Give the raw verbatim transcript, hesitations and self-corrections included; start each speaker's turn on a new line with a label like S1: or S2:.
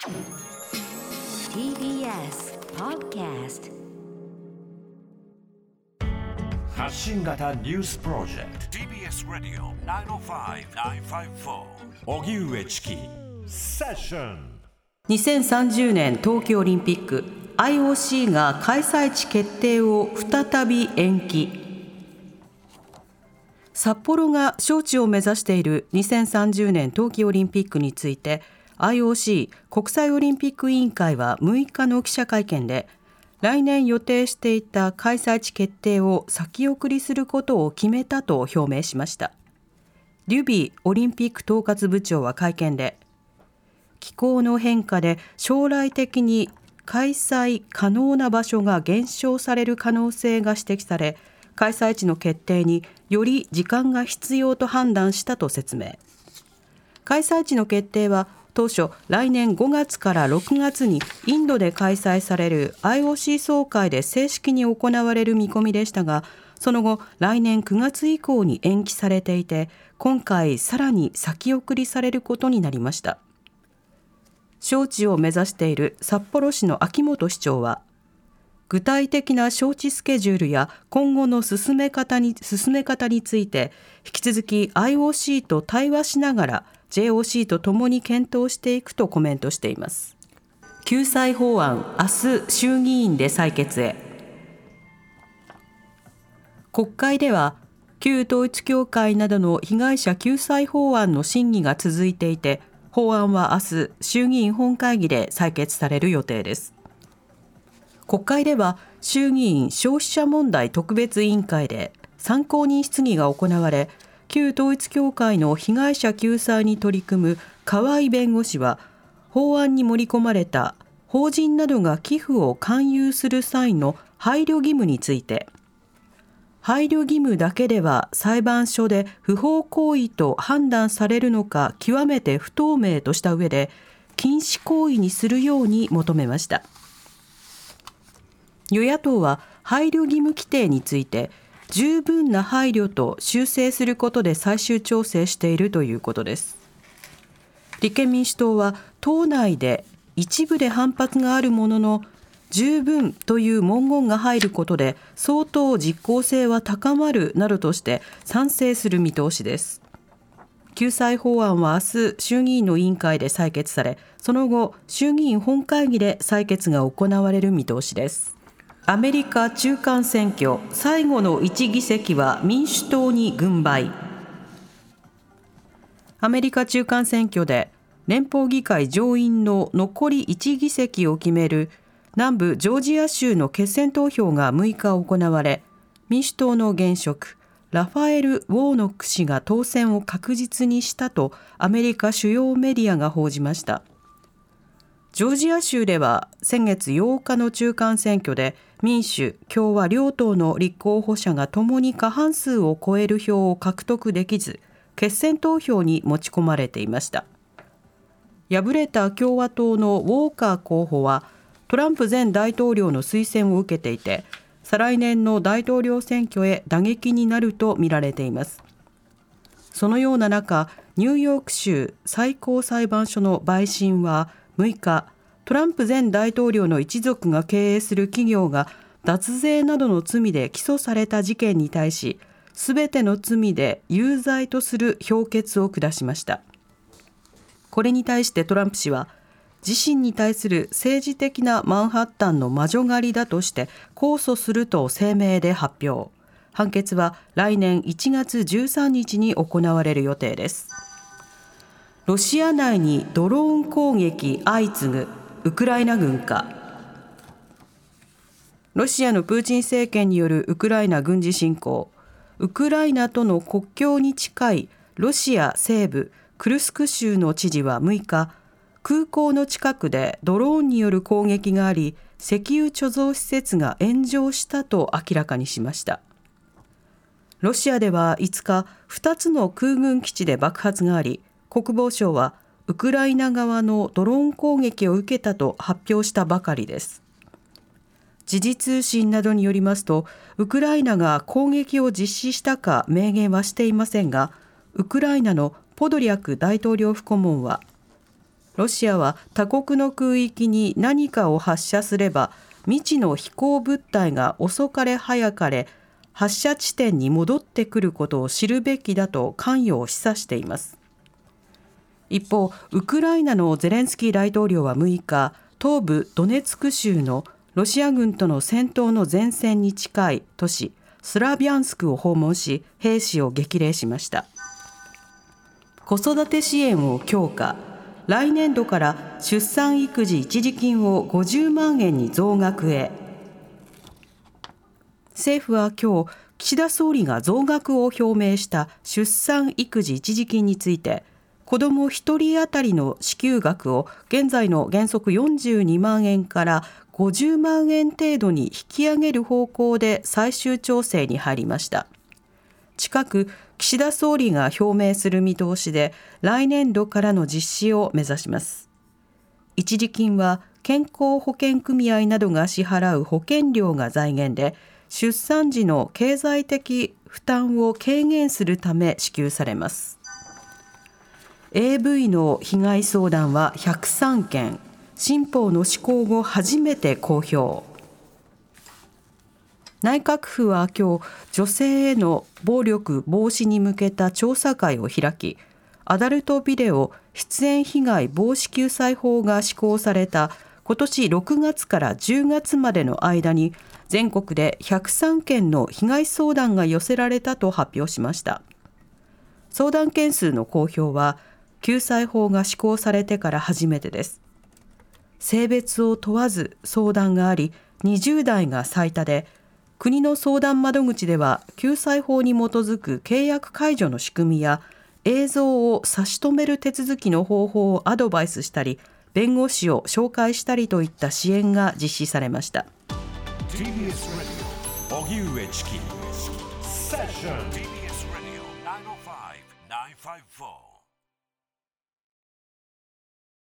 S1: ティービーエス Podcast
S2: 発信型ニュースプロジェクト ティービーエス ラディオ きゅうまるご きゅうごよん 荻上チキセッション。
S3: にせんさんじゅうねん冬季オリンピック アイオーシー が開催地決定を再び延期。札幌が招致を目指しているにせんさんじゅうねん冬季オリンピックについて アイオーシー 国際オリンピック委員会はむいかの記者会見で、来年予定していた開催地決定を先送りすることを決めたと表明しました。リュビーオリンピック統括部長は会見で、気候の変化で将来的に開催可能な場所が減少される可能性が指摘され、開催地の決定により時間が必要と判断したと説明。開催地の決定は当初来年ごがつからろくがつにインドで開催される アイオーシー 総会で正式に行われる見込みでしたが、その後来年くがつ以降に延期されていて、今回さらに先送りされることになりました。招致を目指している札幌市の秋元市長は、具体的な招致スケジュールや今後の進め方に、進め方について引き続き アイオーシー と対話しながら ジェイオーシー とともに検討していくとコメントしています。救済法案、明日衆議院で採決へ。国会では旧統一教会などの被害者救済法案の審議が続いていて、法案は明日衆議院本会議で採決される予定です。国会では衆議院消費者問題特別委員会で参考人質疑が行われ、旧統一教会の被害者救済に取り組む河合弁護士は、法案に盛り込まれた法人などが寄付を勧誘する際の配慮義務について、配慮義務だけでは裁判所で不法行為と判断されるのか極めて不透明とした上で、禁止行為にするように求めました。与野党は配慮義務規定について十分な配慮と修正することで最終調整しているということです。立憲民主党は党内で一部で反発があるものの、十分という文言が入ることで相当実効性は高まるなどとして賛成する見通しです。救済法案は明日衆議院の委員会で採決され、その後衆議院本会議で採決が行われる見通しです。アメリカ中間選挙、最後のいち議席は民主党に軍配。アメリカ中間選挙で連邦議会上院の残りいち議席を決める南部ジョージア州の決選投票がむいか行われ、民主党の現職ラファエル・ウォーノック氏が当選を確実にしたとアメリカ主要メディアが報じました。ジョージア州では先月ようかの中間選挙で民主・共和両党の立候補者がともに過半数を超える票を獲得できず、決選投票に持ち込まれていました。敗れた共和党のウォーカー候補はトランプ前大統領の推薦を受けていて、再来年の大統領選挙へ打撃になると見られています。そのような中、ニューヨーク州最高裁判所の陪審はむいか、トランプ前大統領の一族が経営する企業が脱税などの罪で起訴された事件に対し、すべての罪で有罪とする評決を下しました。これに対してトランプ氏は、自身に対する政治的なマンハッタンの魔女狩りだとして控訴すると声明で発表。判決は来年いちがつじゅうさんにちに行われる予定です。ロシア内にドローン攻撃相次ぐ、ウクライナ軍か。ロシアのプーチン政権によるウクライナ軍事侵攻、ウクライナとの国境に近いロシア西部クルスク州の知事はむいか、空港の近くでドローンによる攻撃があり、石油貯蔵施設が炎上したと明らかにしました。ロシアではいつかふたつの空軍基地で爆発があり、国防省はウクライナ側のドローン攻撃を受けたと発表したばかりです。時事通信などによりますと、ウクライナが攻撃を実施したか明言はしていませんが、ウクライナのポドリャク大統領府顧問は、 ロシアは他国の空域に何かを発射すれば未知の飛行物体が遅かれ早かれ発射地点に戻ってくることを知るべきだと関与を示唆しています。一方、ウクライナのゼレンスキー大統領はむいか、東部ドネツク州のロシア軍との戦闘の前線に近い都市スラビャンスクを訪問し、兵士を激励しました。子育て支援を強化。来年度から出産育児一時金をごじゅうまんえんに増額へ。政府は今日、岸田総理が増額を表明した出産育児一時金について、子どもひとり当たりの支給額を現在の原則よんじゅうにまんえんからごじゅうまんえん程度に引き上げる方向で最終調整に入りました。近く岸田総理が表明する見通しで、来年度からの実施を目指します。一時金は健康保険組合などが支払う保険料が財源で、出産時の経済的負担を軽減するため支給されます。エーブイ の被害相談はひゃくさんけん、新法の施行後初めて公表。内閣府は今日、女性への暴力防止に向けた調査会を開き、アダルトビデオ出演被害防止救済法が施行された今年ろくがつからじゅうがつまでの間に、全国でひゃくさんけんの被害相談が寄せられたと発表しました。相談件数の公表は、救済法が施行されてから初めてです。性別を問わず相談があり、にじゅうだいが最多で、国の相談窓口では救済法に基づく契約解除の仕組みや映像を差し止める手続きの方法をアドバイスしたり、弁護士を紹介したりといった支援が実施されました。
S2: ティービーエス ラジオ荻上チキセッション ティービーエス ラジオきゅうまるご きゅうごよん